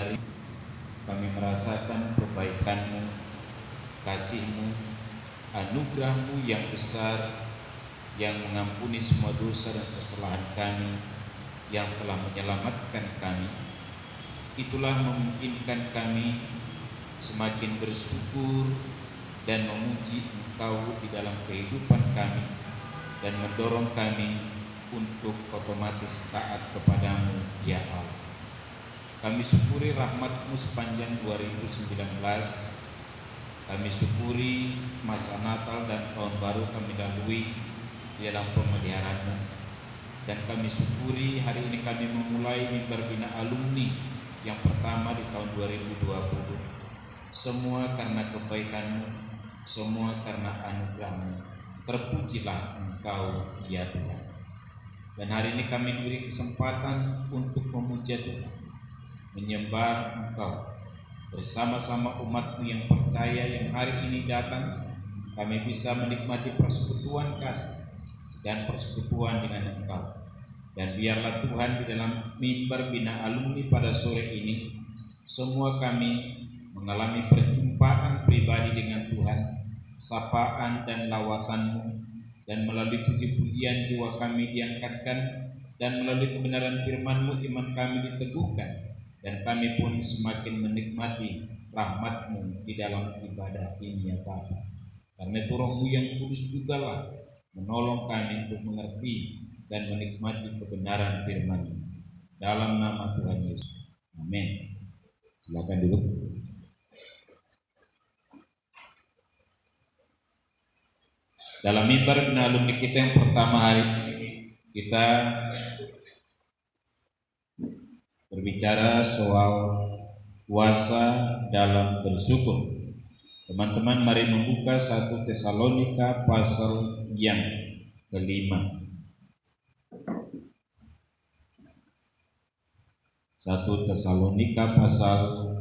hari kami merasakan kebaikan-Mu, kasih-Mu, anugerah-Mu yang besar yang mengampuni semua dosa dan kesalahan kami, yang telah menyelamatkan kami. Itulah memungkinkan kami semakin bersyukur dan memuji Engkau di dalam kehidupan kami, dan mendorong kami untuk otomatis taat kepadamu, ya Allah. Kami syukuri rahmat-Mu sepanjang 2019. Kami syukuri masa Natal dan Tahun Baru kami lalui di dalam pemeliharaan-Mu. Dan kami syukuri hari ini kami memulai mimbar bina alumni yang pertama di tahun 2020. Semua karena kebaikan-Mu, semua karena anugerah-Mu. Terpujilah Engkau, ya Tuhan. Dan hari ini kami diberi kesempatan untuk memuja Tuhan, menyembah Engkau bersama-sama umat-Mu yang percaya yang hari ini datang. Kami bisa menikmati persekutuan kasih dan persekutuan dengan Engkau. Dan biarlah Tuhan di dalam mimbar bina alumni pada sore ini, semua kami mengalami perjumpaan pribadi dengan Tuhan, sapaan dan lawatan-Mu, dan melalui puji-pujian jiwa kami diangkatkan, dan melalui kebenaran firman-Mu iman kami diteguhkan, dan kami pun semakin menikmati rahmat-Mu di dalam ibadah ini, ya Bapa. Karena itu Roh-Mu yang kudus jugalah menolong kami untuk mengerti dan menikmati kebenaran firman-Mu. Dalam nama Tuhan Yesus, amin. Silakan duduk. Dalam mimbar bina alumni kita yang pertama hari ini, kita berbicara soal puasa dalam bersyukur. Teman-teman, mari membuka 1 Tesalonika pasal yang kelima. 1 Tesalonika pasal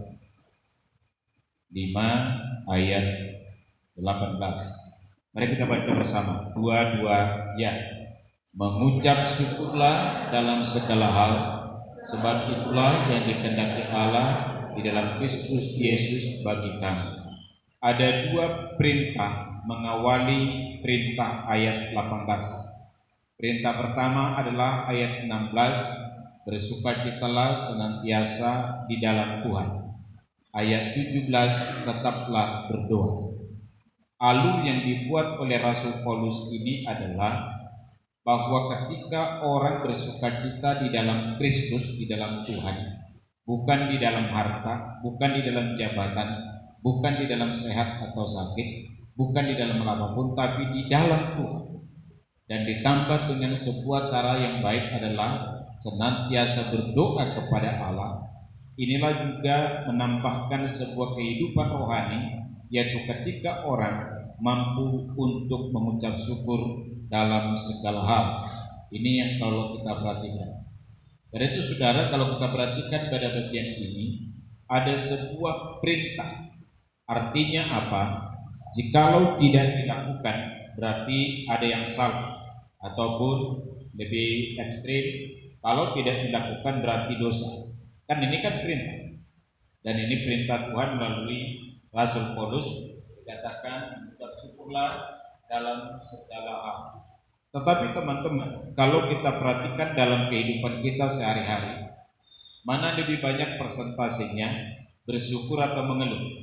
5 ayat 18. Mari kita baca bersama. Dua-dua ya. Mengucap syukurlah dalam segala hal, sebab itulah yang dikehendaki Allah di dalam Kristus Yesus bagi kami. Ada dua perintah mengawali perintah ayat 18. Perintah pertama adalah ayat 16, bersukacitalah senantiasa di dalam Tuhan. Ayat 17, tetaplah berdoa. Alur yang dibuat oleh Rasul Paulus ini adalah bahwa ketika orang bersukacita di dalam Kristus, di dalam Tuhan, bukan di dalam harta, bukan di dalam jabatan, bukan di dalam sehat atau sakit, bukan di dalam apapun, tapi di dalam Tuhan. Dan ditambah dengan sebuah cara yang baik adalah senantiasa berdoa kepada Allah. Inilah juga menambahkan sebuah kehidupan rohani, yaitu ketika orang mampu untuk mengucap syukur dalam segala hal. Ini yang kalau kita perhatikan. Dari itu saudara, kalau kita perhatikan pada bagian ini ada sebuah perintah. Artinya apa? Jikalau tidak dilakukan berarti ada yang salah, ataupun lebih ekstrim, kalau tidak dilakukan berarti dosa. Kan ini kan perintah, dan ini perintah Tuhan melalui Rasul Paulus, dikatakan bersyukurlah dalam segala hal. Tetapi teman-teman, kalau kita perhatikan dalam kehidupan kita sehari-hari, mana lebih banyak persentasenya bersyukur atau mengeluh?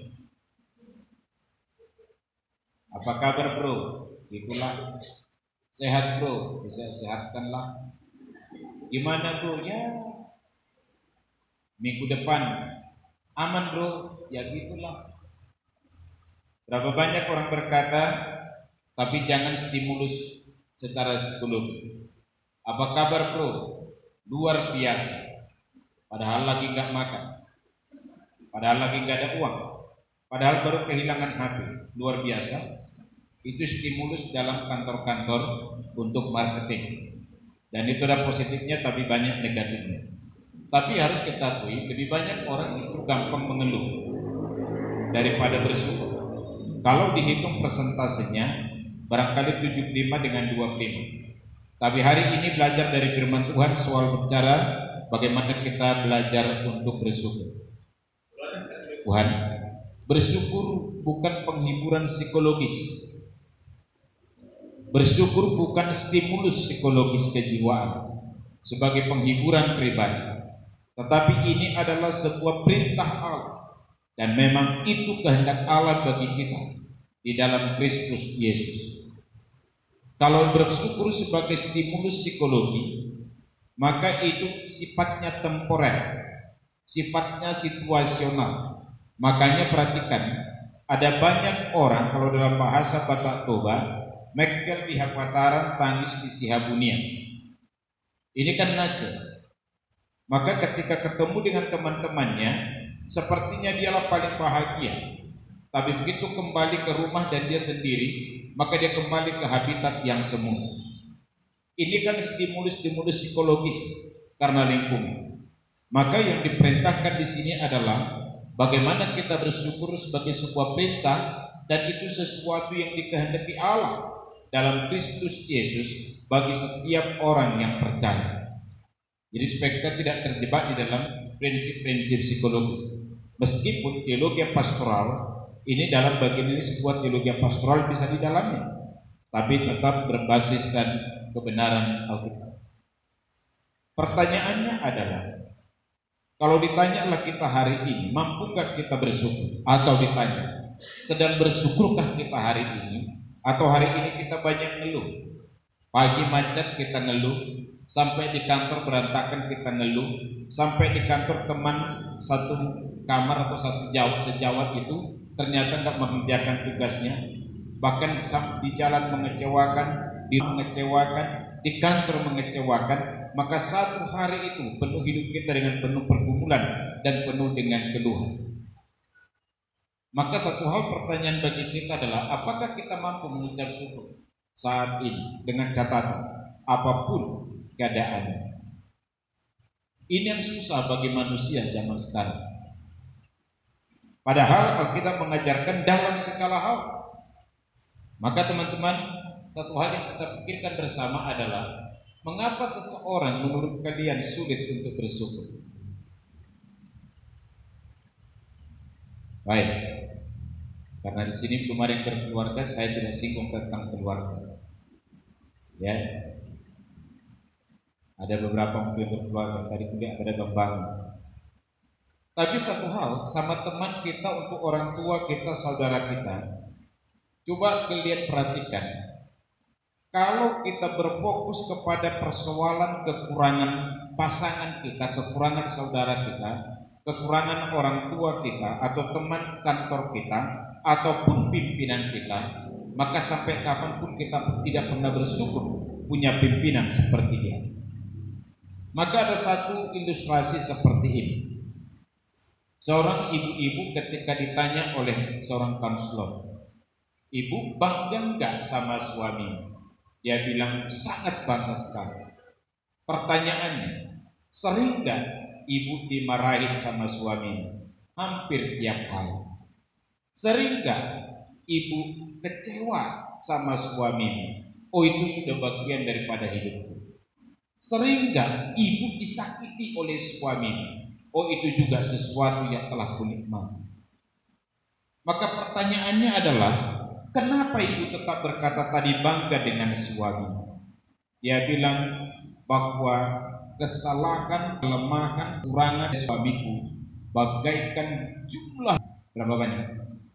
Apa kabar bro? Itulah. Sehat bro? Bisa sehatkanlah. Gimana bro? Ya minggu depan aman bro? Ya gitulah. Berapa banyak orang berkata, tapi jangan stimulus secara psikologi. Apa kabar bro? Luar biasa. Padahal lagi nggak makan, padahal lagi nggak ada uang, padahal baru kehilangan HP. Luar biasa. Itu stimulus dalam kantor-kantor untuk marketing. Dan itu ada positifnya tapi banyak negatifnya. Tapi harus kita akui, lebih banyak orang justru gampang mengeluh daripada bersyukur. Kalau dihitung persentasenya, barangkali 75 dengan 25. Tapi hari ini belajar dari firman Tuhan soal bicara bagaimana kita belajar untuk bersyukur. Tuhan, bersyukur bukan penghiburan psikologis. Bersyukur bukan stimulus psikologis kejiwaan sebagai penghiburan pribadi, tetapi ini adalah sebuah perintah Allah, dan memang itu kehendak Allah bagi kita di dalam Kristus Yesus. Kalau bersyukur sebagai stimulus psikologi, maka itu sifatnya temporer, sifatnya situasional. Makanya perhatikan, ada banyak orang, kalau dalam bahasa Batak Toba, mekel di hapataran, tangis di sihabunia. Ini kan naja. Maka ketika ketemu dengan teman-temannya, sepertinya dialah paling bahagia. Tapi begitu kembali ke rumah dan dia sendiri, maka dia kembali ke habitat yang semu. Ini kan stimulus-stimulus psikologis karena lingkungan. Maka yang diperintahkan di sini adalah bagaimana kita bersyukur sebagai sebuah perintah, dan itu sesuatu yang dikehendaki Allah dalam Kristus Yesus bagi setiap orang yang percaya. Jadi supaya kita tidak terjebak di dalam prinsip-prinsip psikologis. Meskipun teologi pastoral ini dalam bagian ini sebuah teologi pastoral bisa di dalamnya, tapi tetap berbasiskan kebenaran Alkitab. Pertanyaannya adalah, kalau ditanyalah kita hari ini, mampukah kita bersyukur? Atau ditanya, sedang bersyukurkah kita hari ini? Atau hari ini kita banyak ngeluh? Pagi macet kita ngeluh, sampai di kantor berantakan kita ngeluh, sampai di kantor teman satu kamar atau satu sejawat itu ternyata tidak mengerjakan tugasnya, bahkan di jalan mengecewakan, di mengecewakan, di kantor mengecewakan. Maka satu hari itu penuh hidup kita dengan penuh pergumulan dan penuh dengan keluhan. Maka satu hal pertanyaan bagi kita adalah, apakah kita mampu mengucap syukur saat ini dengan catatan apapun keadaannya? Ini yang susah bagi manusia zaman sekarang. Padahal Alkitab mengajarkan dalam segala hal. Maka teman-teman, satu hal yang kita pikirkan bersama adalah, mengapa seseorang menurut kalian sulit untuk bersyukur? Baik, karena di sini belum ada yang berkeluarga, saya tidak singgung tentang keluarga. Ya, ada beberapa mungkin berkeluarga, tadi kuliah ada gambaran. Tapi satu hal, sama teman kita, untuk orang tua kita, saudara kita, coba kalian perhatikan, kalau kita berfokus kepada persoalan kekurangan pasangan kita, kekurangan saudara kita, kekurangan orang tua kita, atau teman kantor kita, ataupun pimpinan kita, maka sampai kapanpun kita tidak pernah bersyukur punya pimpinan seperti dia. Maka ada satu ilustrasi seperti ini. Seorang ibu-ibu ketika ditanya oleh seorang konselor, "Ibu bangga enggak sama suami?" Dia bilang, "Sangat bangga sekali." Pertanyaannya, sering enggak ibu dimarahin sama suami? Hampir tiap hari. Sering enggak ibu kecewa sama suami? Oh, itu sudah bagian daripada hidupku. Sering enggak ibu disakiti oleh suami? Oh, itu juga sesuatu yang telah kunikmati. Maka pertanyaannya adalah, kenapa ibu tetap berkata tadi bangga dengan suami? Dia bilang bahwa kesalahan, kelemahan, kekurangan suamiku bagaikan jumlah berapa banyak,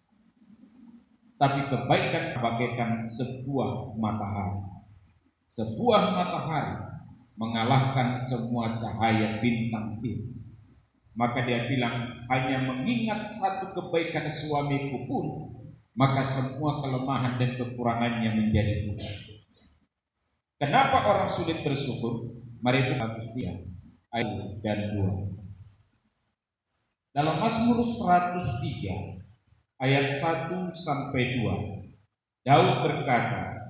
tapi kebaikan bagaikan sebuah matahari. Sebuah matahari mengalahkan semua cahaya bintang itu. Maka dia bilang, hanya mengingat satu kebaikan suamiku pun, maka semua kelemahan dan kekurangannya menjadi mudah. Kenapa orang sulit bersyukur? Mari kita lihat ayat dan 2. Dalam Mazmur 103 ayat 1 sampai 2, Daud berkata,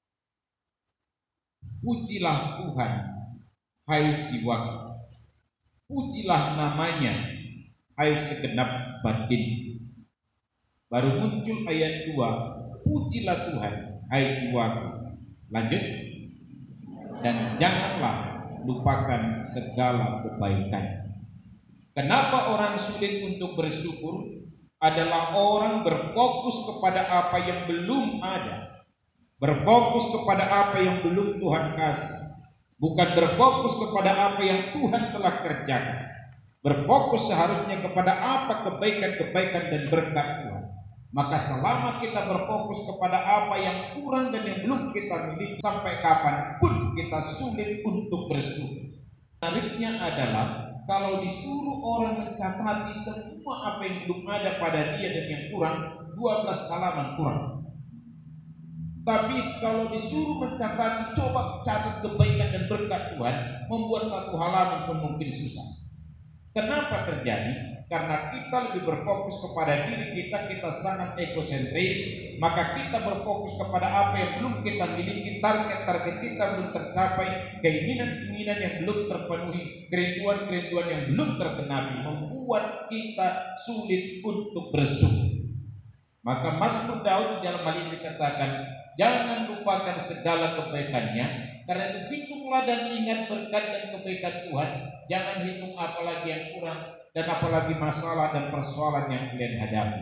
"Pujilah Tuhan, hai jiwaku. Pujilah namanya, hai segenap batin." Baru muncul ayat 2, "Pujilah Tuhan, hai jiwaku." Lanjut, "Dan janganlah lupakan segala kebaikan." Kenapa orang sulit untuk bersyukur? adalah orang berfokus kepada apa yang belum ada, berfokus kepada apa yang belum Tuhan kasih, bukan berfokus kepada apa yang Tuhan telah kerjakan. Berfokus seharusnya kepada apa kebaikan-kebaikan dan berkat Tuhan. Maka selama kita berfokus kepada apa yang kurang dan yang belum kita miliki, sampai kapanpun kita sulit untuk bersyukur. Menariknya adalah kalau disuruh orang mencatati semua apa yang belum ada pada dia dan yang kurang, 12 halaman kurang. Tapi kalau disuruh mencatati, coba catat kebaikan dan berkat Tuhan, membuat 1 halaman pun mungkin susah. Kenapa terjadi? Karena kita lebih berfokus kepada diri kita, kita sangat egosentris, maka kita berfokus kepada apa yang belum kita miliki, target-target kita belum tercapai, keinginan-keinginan yang belum terpenuhi, kerinduan-kerinduan yang belum tergenapi, membuat kita sulit untuk bersyukur. Maka Mazmur Daud di dalam hal ini dikatakan, jangan lupakan segala kebaikannya, karena itu hitunglah dan ingat berkat dan kebaikan Tuhan. Jangan hitung apalagi yang kurang dan apalagi masalah dan persoalan yang kalian hadapi.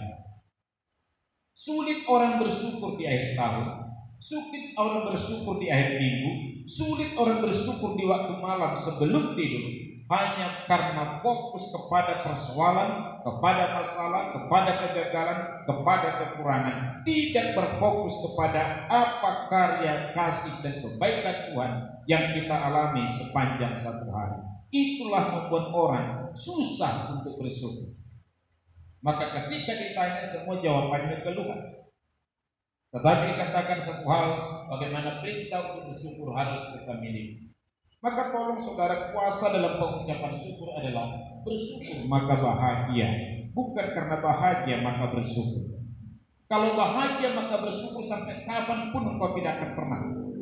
Sulit orang bersyukur di akhir tahun, sulit orang bersyukur di akhir minggu, sulit orang bersyukur di waktu malam sebelum tidur, hanya karena fokus kepada persoalan, kepada masalah, kepada kegagalan, kepada kekurangan. Tidak berfokus kepada apa karya, kasih, dan kebaikan Tuhan yang kita alami sepanjang satu hari. Itulah membuat orang susah untuk bersyukur. Maka ketika ditanya semua jawabannya keluhan. Tetapi dikatakan satu hal, bagaimana perintah untuk bersyukur harus kita miliki. Maka tolong saudara, kuasa dalam pengucapan syukur adalah bersyukur maka bahagia, bukan karena bahagia maka bersyukur. Kalau bahagia maka bersyukur sampai kapanpun engkau tidak akan pernah.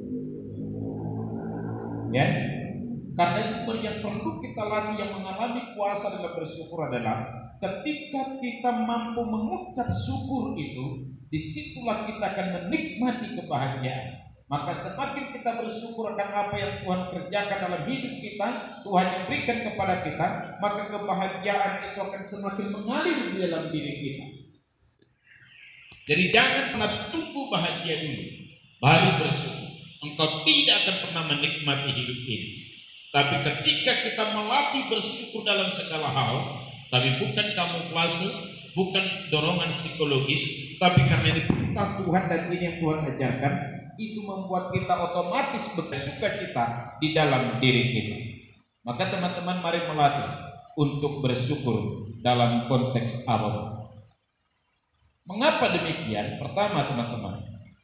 Ya, karena itu yang perlu kita latih yang mengalami kuasa dalam bersyukur adalah ketika kita mampu mengucap syukur itu, disitulah kita akan menikmati kebahagiaan. Maka semakin kita bersyukur akan apa yang Tuhan kerjakan dalam hidup kita, Tuhan yang berikan kepada kita, maka kebahagiaan itu akan semakin mengalir di dalam diri kita. Jadi jangan pernah tunggu bahagia dulu baru bersyukur. Engkau tidak akan pernah menikmati hidup ini. Tapi ketika kita melatih bersyukur dalam segala hal, tapi bukan kamuflase, bukan dorongan psikologis, tapi karena ini perintah Tuhan dan ini yang Tuhan ajarkan, itu membuat kita otomatis bersuka cita di dalam diri kita. Maka teman-teman mari melatih untuk bersyukur dalam konteks apapun. Mengapa demikian? Pertama teman-teman,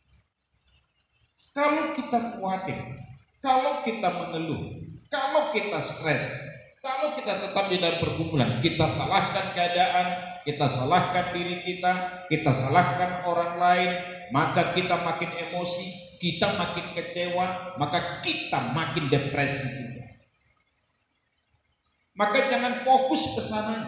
kalau kita khawatir, kalau kita mengeluh, kalau kita stres, kalau kita tetap di dalam pergumulan, kita salahkan keadaan, kita salahkan diri kita salahkan orang lain, maka kita makin emosi, kita makin kecewa, maka kita makin depresi juga. Maka jangan fokus ke sana.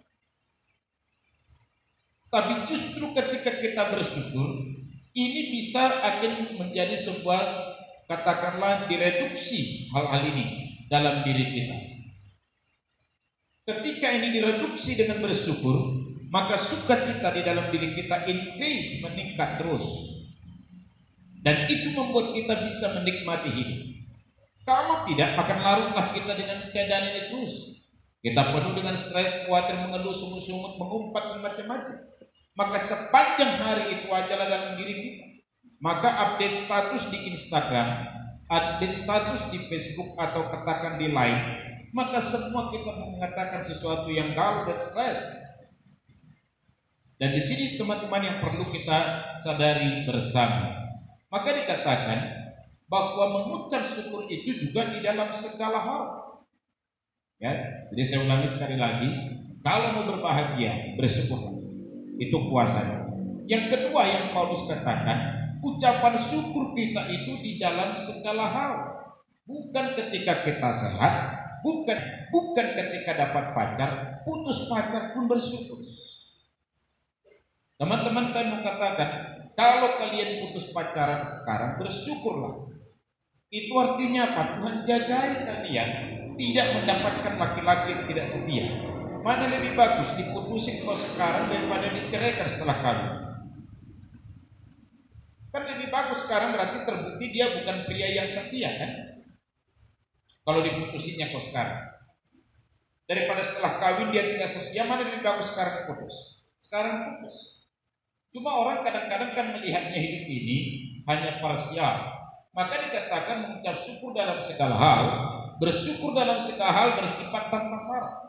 Tapi justru ketika kita bersyukur, ini bisa akan menjadi sebuah, katakanlah, direduksi hal-hal ini dalam diri kita. Ketika ini direduksi dengan bersyukur, maka sukacita di dalam diri kita increase, meningkat terus. Dan itu membuat kita bisa menikmati hidup. Kalau tidak, akan larutlah kita dengan keadaan ini terus. Kita penuh dengan stres, khawatir, mengeluh, sungut-sungut, mengumpat, dan macam-macam. Maka sepanjang hari itu ajalah dalam diri kita. Maka update status di Instagram, update status di Facebook, atau katakan di Line, maka semua kita mengatakan sesuatu yang galau dan stres. Dan di sini teman-teman yang perlu kita sadari bersama. Maka dikatakan bahwa mengucap syukur itu juga di dalam segala hal. Ya, jadi saya ulangi sekali lagi, kalau mau berbahagia, bersyukur. Itu kuasanya. Yang kedua yang Paulus katakan, ucapan syukur kita itu di dalam segala hal. Bukan ketika kita sehat, bukan ketika dapat pacar, putus pacar pun bersyukur. Teman-teman, saya mau katakan, kalau kalian putus pacaran sekarang, bersyukurlah. Itu artinya apa? Tuhan jagai kalian tidak mendapatkan laki-laki yang tidak setia. Mana lebih bagus diputusin kau sekarang daripada diceraikan setelah kawin? Kan lebih bagus sekarang, berarti terbukti dia bukan pria yang setia kan? Kalau diputusinnya kau sekarang, daripada setelah kawin dia tidak setia, mana lebih bagus sekarang putus? Sekarang putus. Cuma orang kadang-kadang kan melihatnya hidup ini hanya parsial. Maka dikatakan mengucap syukur dalam segala hal, bersyukur dalam segala hal bersifat tanpa syarat.